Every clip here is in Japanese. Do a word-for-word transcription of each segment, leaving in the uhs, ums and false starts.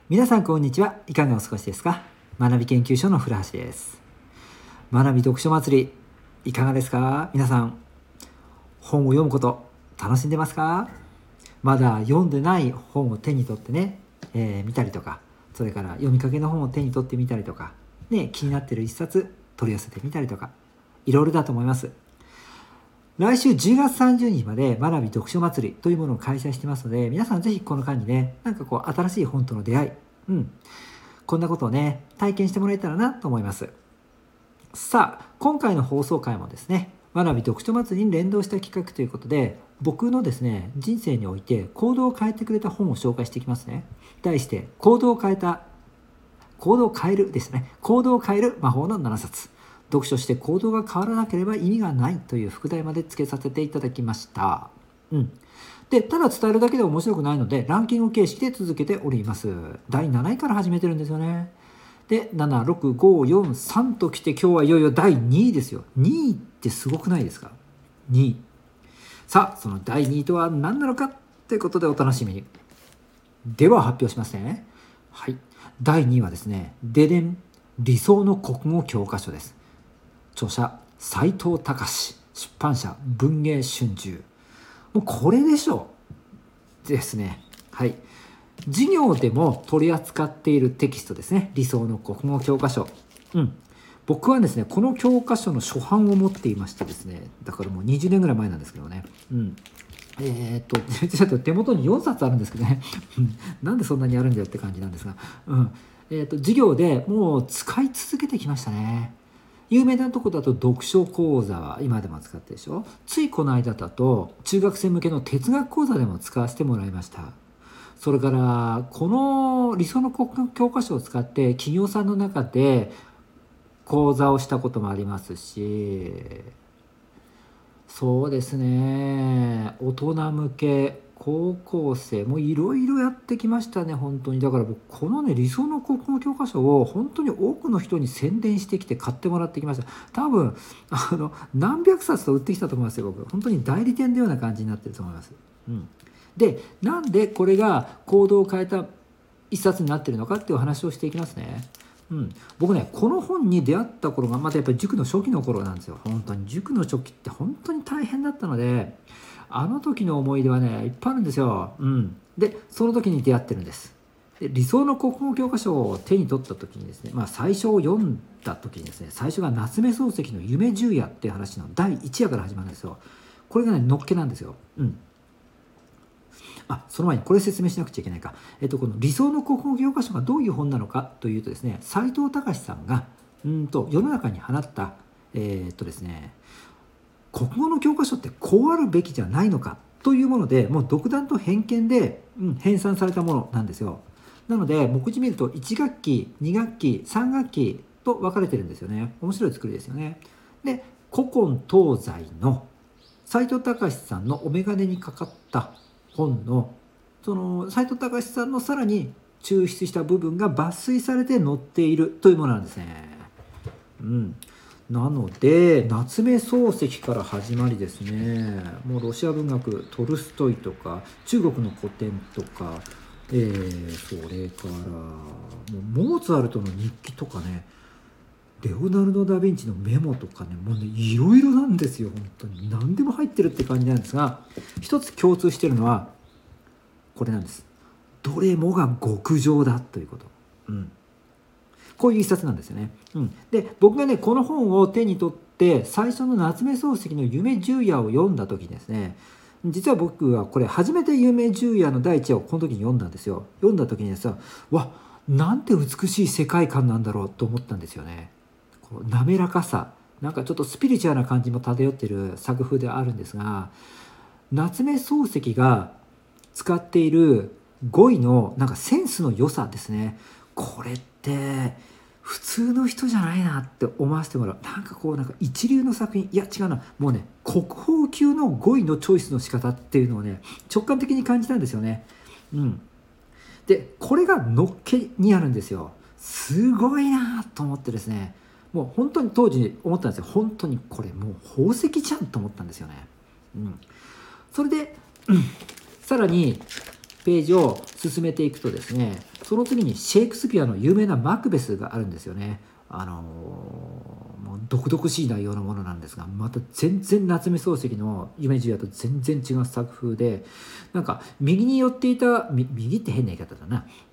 皆さんこんにちは。いかがお過ごしですか？学び研究所の古橋です。学び読書祭りいかがですか？皆さん本を読むこと楽しんでますか？まだ読んでない本を手に取ってね、えー、見たりとか、それから読みかけの本を手に取ってみたりとか、ね、気になっている一冊取り寄せてみたりとか、いろいろだと思います。来週じゅうがつさんじゅうにちまで学び読書祭りというものを開催してますので、皆さんぜひこの間にね、なんかこう新しい本との出会い、うん、こんなことをね、体験してもらえたらなと思います。さあ、今回の放送回もですね、学び読書祭りに連動した企画ということで、僕のですね、人生において行動を変えてくれた本を紹介していきますね。題して、行動を変えた、行動を変えるですね。行動を変える魔法のななさつ。読書して行動が変わらなければ意味がないという副題まで付けさせていただきました。うん。で、ただ伝えるだけで面白くないので、ランキング形式で続けております。だいなないから始めてるんですよね。で、なな、ろく、ご、よん、さんときて、今日はいよいよだいにいですよ。にいってすごくないですか？ に 位。さあ、そのだいにいとは何なのかということでお楽しみに。では発表しますね。はい。だいにいはですね、ででん、理想の国語教科書です。著者、斉藤隆、出版社、文藝春秋。もうこれでしょうですね。はい。授業でも取り扱っているテキストですね。理想の国語教科書。うん。僕はですね、この教科書の初版を持っていましてですね、だからもうにじゅうねんぐらい前なんですけどね。うん。えー、っと、ちょっと手元によんさつあるんですけどね。なんでそんなにあるんだよって感じなんですが。うん。えー、っと、授業でもう使い続けてきましたね。有名なとこだと読書講座は今でも使ってるでしょ。ついこの間だと中学生向けの哲学講座でも使わせてもらいました。それからこの理想の国語教科書を使って企業さんの中で講座をしたこともありますし、そうですね、大人向け高校生もいろいろやってきましたね。本当にだから僕このね理想の国語教科書を本当に多くの人に宣伝してきて買ってもらってきました。多分あの何百冊と売ってきたと思いますよ。僕本当に代理店のような感じになってると思います。うん、でなんでこれが行動を変えた一冊になってるのかっていう話をしていきますね。うん、僕ねこの本に出会った頃がまたやっぱり塾の初期の頃なんですよ。本当に塾の初期って本当に大変だったので、あの時の思い出はねいっぱいあるんですよ。うん、でその時に出会ってるんです。で理想の国語教科書を手に取った時にですね、まあ最初を読んだ時にですね、最初が夏目漱石の夢十夜っていう話のだいいちわから始まるんですよ。これがねのっけなんですよ。うん。あ、その前にこれ説明しなくちゃいけないか。えっと、この理想の国語教科書がどういう本なのかというとですね、斉藤隆さんがうんと世の中に放った、えー、っとですね、国語の教科書ってこうあるべきじゃないのかというもので、もう独断と偏見で、うん、編纂されたものなんですよ。なので、目次見るといちがっき、にがっき、さんがっきと分かれてるんですよね。面白い作りですよね。で、古今東西の斉藤隆さんのお眼鏡にかかった本のその斉藤隆さんのさらに抽出した部分が抜粋されて載っているというものなんですね。うん、なので夏目漱石から始まりですね、もうロシア文学トルストイとか中国の古典とか、えー、それからもうモーツァルトの日記とかね、レオナルド・ダ・ヴィンチのメモとかね、もうねいろいろなんですよ。本当に何でも入ってるって感じなんですが、一つ共通してるのはこれなんです。どれもが極上だということ。うん、こういう一冊なんですよね。うん、で僕がねこの本を手に取って最初の夏目漱石の夢十夜を読んだ時にですね、実は僕はこれ初めて夢十夜の第一夜をこの時に読んだんですよ。読んだ時にさ、わなんて美しい世界観なんだろうと思ったんですよね。こう滑らかさ、なんかちょっとスピリチュアルな感じも漂っている作風ではあるんですが、夏目漱石が使っている語彙のなんかセンスの良さですね。これって普通の人じゃないなって思わせてもらう。なんかこうなんか一流の作品、いや違うな、もうね国宝級の語彙のチョイスの仕方っていうのをね直感的に感じたんですよね。うん。でこれがのっけにあるんですよ。すごいなと思ってですね、もう本当に当時思ったんですよ。本当にこれもう宝石じゃんと思ったんですよね。うん。それで、うん、さらにページを進めていくとですね、その次にシェイクスピアの有名なマクベスがあるんですよね。あのー、もう毒々しい内容のものなんですが、また全然夏目漱石の夢十夜と全然違う作風で、なんか右に寄っていた、右って変な言い方だな、うん、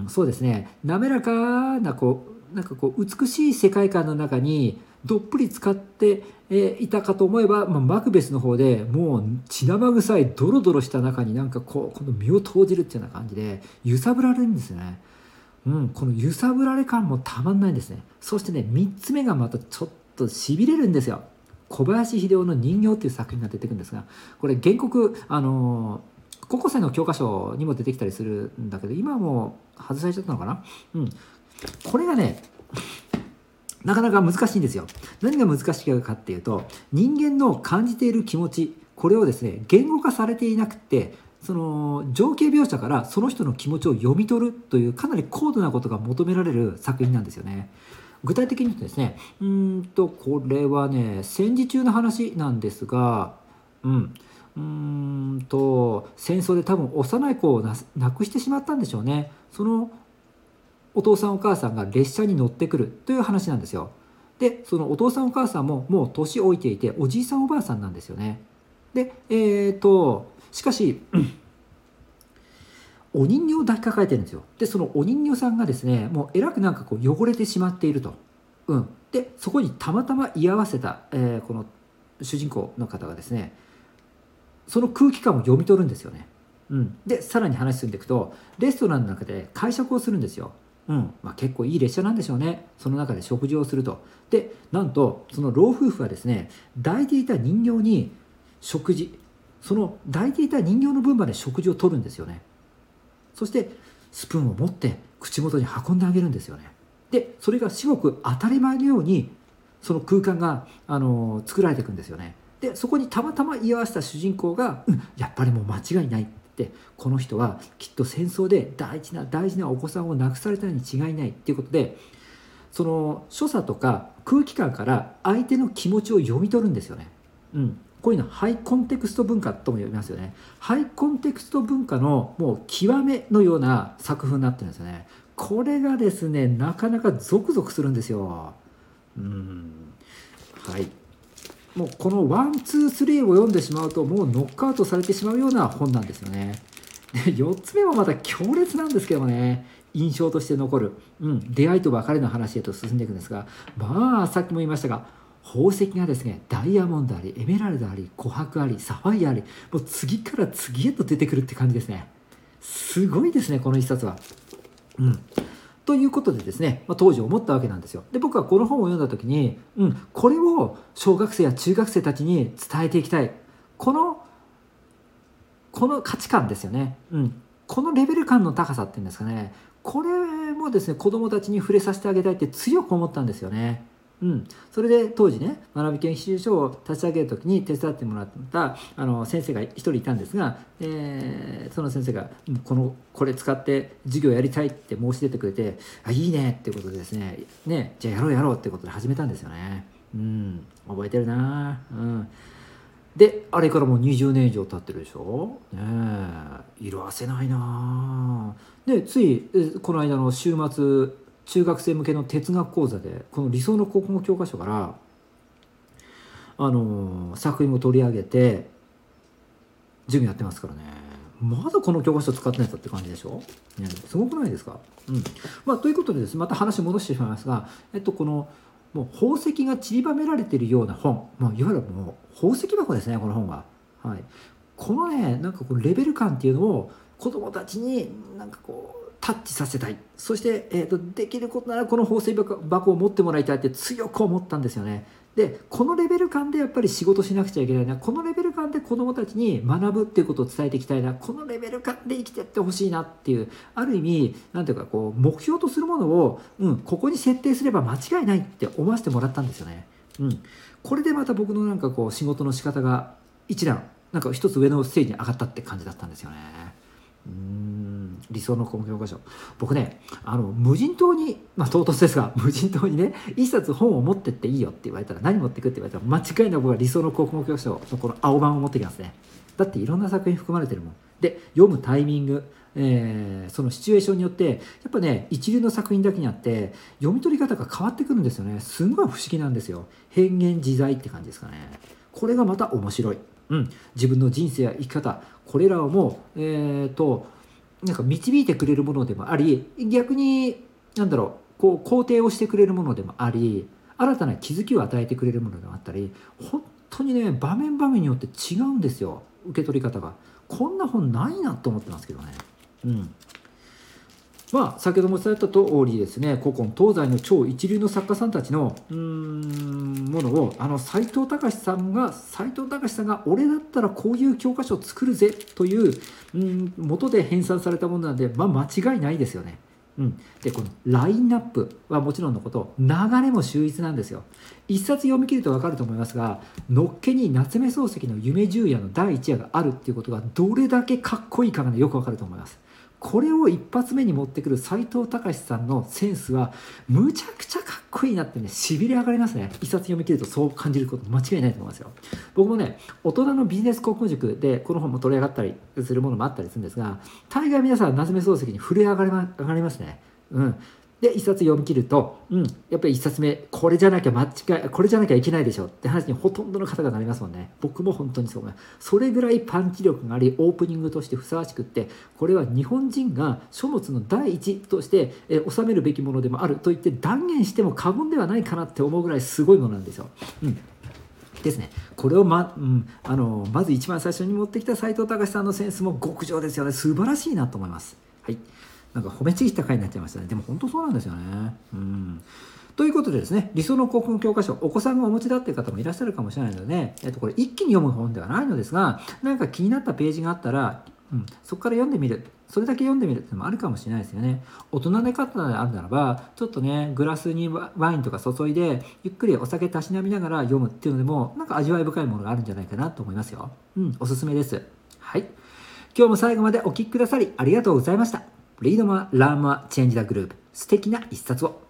そうですね、滑らかなこうなんかこう美しい世界観の中にどっぷり使っていたかと思えば、まあ、マクベスの方でもう血生臭いドロドロした中になんかこうこの身を投じるっていうような感じで揺さぶられるんですよね。うん、この揺さぶられ感もたまんないんですね。そしてね、みっつめがまたちょっとしびれるんですよ。小林秀夫の人形っていう作品が出てくるんですが、これ原告、あのー、高校生の教科書にも出てきたりするんだけど、今はもう外されちゃったのかな。うん、これがね、なかなか難しいんですよ。何が難しいかっていうと、人間の感じている気持ち、これをですね、言語化されていなくて、その情景描写からその人の気持ちを読み取るというかなり高度なことが求められる作品なんですよね。具体的に言うとですね、うーんとこれはね、戦時中の話なんですが、うん、うーんと戦争で多分幼い子をな亡くしてしまったんでしょうね。そのお父さんお母さんが列車に乗ってくるという話なんですよ。で、そのお父さんお母さんももう年老いていておじいさんおばあさんなんですよね。で、えーとしかし、お人形を抱きかかえてるんですよ。で、そのお人形さんがですね、もうえらくなんかこう汚れてしまっていると。うん。で、そこにたまたま居合わせた、えーこの主人公の方がですね、その空気感を読み取るんですよね。うん。で、さらに話進んでいくと、レストランの中で会食をするんですよ。うん。まあ、結構いい列車なんでしょうね。その中で食事をすると。で、なんと、その老夫婦はですね、抱いていた人形に食事、その抱いていた人形の分まで食事をとるんですよね。そしてスプーンを持って口元に運んであげるんですよね。で、それが至極当たり前のようにその空間が、あのー作られていくんですよね。で、そこにたまたま居合わせた主人公が、うん、やっぱりもう間違いないって、この人はきっと戦争で大事な大事なお子さんを亡くされたに違いないっていうことで、その所作とか空気感から相手の気持ちを読み取るんですよね。うん、こういうのはハイコンテクスト文化とも呼びますよね。ハイコンテクスト文化のもう極めのような作風になってるんですよね。これがですね、なかなかゾクゾクするんですよ。うん、はい。もうこのワンツースリーを読んでしまうともうノックアウトされてしまうような本なんですよね。で、よっつめはまた強烈なんですけどね、印象として残る、うん、出会いと別れの話へと進んでいくんですが、まあさっきも言いましたが、宝石がですね、ダイヤモンドあり、エメラルドあり、琥珀あり、サファイアあり、もう次から次へと出てくるって感じですね。すごいですね、この一冊は。うん。ということでですね、まあ、当時思ったわけなんですよ。で、僕はこの本を読んだ時に、うん、これを小学生や中学生たちに伝えていきたい。この、この価値観ですよね。うん。このレベル感の高さっていうんですかね。これもですね、子どもたちに触れさせてあげたいって強く思ったんですよね。うん、それで当時ね、学び研修所を立ち上げる時に手伝ってもらったあの先生が一人いたんですが、えー、その先生がこのこれ使って授業やりたいって申し出てくれて、あ、いいねっていうことでですね、ね、じゃあやろうやろうってことで始めたんですよね。うん、覚えてるな。うん。で、あれからもうにじゅうねん以上経ってるでしょ。ねえ、色あせないな。で、ついこの間の週末、中学生向けの哲学講座でこの理想の国語教科書からあの作品を取り上げて授業やってますからね。まだこの教科書使ってないぞって感じでしょ、ね、すごくないですか。うん。まあ、ということでですね、また話戻してしまいますが、えっとこのもう宝石が散りばめられているような本、まあ、いわゆるもう宝石箱ですね、この本は。はい。このね、なんかこうレベル感っていうのを子どもたちになんかこうタッチさせたい。そして、えー、とできることならこの宝石箱を持ってもらいたいって強く思ったんですよね。で、このレベル感でやっぱり仕事しなくちゃいけないな、このレベル感で子どもたちに学ぶっていうことを伝えていきたいな、このレベル感で生きていってほしいなっていう、ある意味なんていうかこう目標とするものを、うん、ここに設定すれば間違いないって思わせてもらったんですよね。うん、これでまた僕のなんかこう仕事の仕方が一段なんか一つ上のステージに上がったって感じだったんですよね。うーん、理想の国語教科書、僕ね、あの無人島に、まあ唐突ですが無人島にね一冊本を持ってっていいよって言われたら何持ってくって言われたら間違いなく僕は理想の国語教科書のこの青版を持ってきますね。 だっていろんな作品含まれてるもん。で読むタイミング、えー、そのシチュエーションによってやっぱね一流の作品だけにあって読み取り方が変わってくるんですよね。すごい不思議なんですよ。変幻自在って感じですかね。これがまた面白い。うん、自分の人生や生き方これらをもう、えー、となんか導いてくれるものでもあり、逆に何だろう、こう肯定をしてくれるものでもあり、新たな気づきを与えてくれるものでもあったり、本当にね場面場面によって違うんですよ、受け取り方が。こんな本ないなと思ってますけどね。うんまあ、先ほども伝えた通りですね、古今東西の超一流の作家さんたちのうーんものをあの斎藤隆さんが斎藤隆さんが俺だったらこういう教科書を作るぜといううん元で編纂されたものなんで、まあ、間違いないですよね。うん、でこのラインナップはもちろんのこと流れも秀逸なんですよ。一冊読み切ると分かると思いますが、のっけに夏目漱石の夢十夜のだいいちわがあるっていうことがどれだけかっこいいかが、ね、よく分かると思います。これを一発目に持ってくる斎藤隆さんのセンスはむちゃくちゃかっこいいなってね、しびれ上がりますね。一冊読み切るとそう感じること間違いないと思いますよ。僕もね大人のビジネス国語塾でこの本も取り上がったりするものもあったりするんですが、大概皆さん夏目漱石に震え上がり、ま、上がりますね。うんで一冊読み切ると、うん、やっぱり一冊目これじゃなきゃ間違いこれじゃなきゃいけないでしょって話にほとんどの方がなりますもんね。僕も本当にそう思います。それぐらいパンチ力があり、オープニングとしてふさわしくって、これは日本人が書物の第一としてえ収めるべきものでもあると言って断言しても過言ではないかなって思うぐらいすごいものなんですよ。うんですね、これを ま,、うん、あのまず一番最初に持ってきた斎藤隆さんのセンスも極上ですよね。素晴らしいなと思います。はい、なんか褒めちぎった回になっちゃいましたね。でも本当そうなんですよね。うんということでですね、理想の国語教科書、お子さんがお持ちだっていう方もいらっしゃるかもしれないので、ね、えっと、これ一気に読む本ではないのですが、なんか気になったページがあったら、うん、そこから読んでみる、それだけ読んでみるっていうのもあるかもしれないですよね。大人の方であるならば、ちょっとねグラスにワインとか注いでゆっくりお酒たしなみながら読むっていうのでもなんか味わい深いものがあるんじゃないかなと思いますよ。うん、おすすめです。はい、今日も最後までお聞きくださりありがとうございました。リードマーラーマーチェンジダグループ、素敵な一冊を。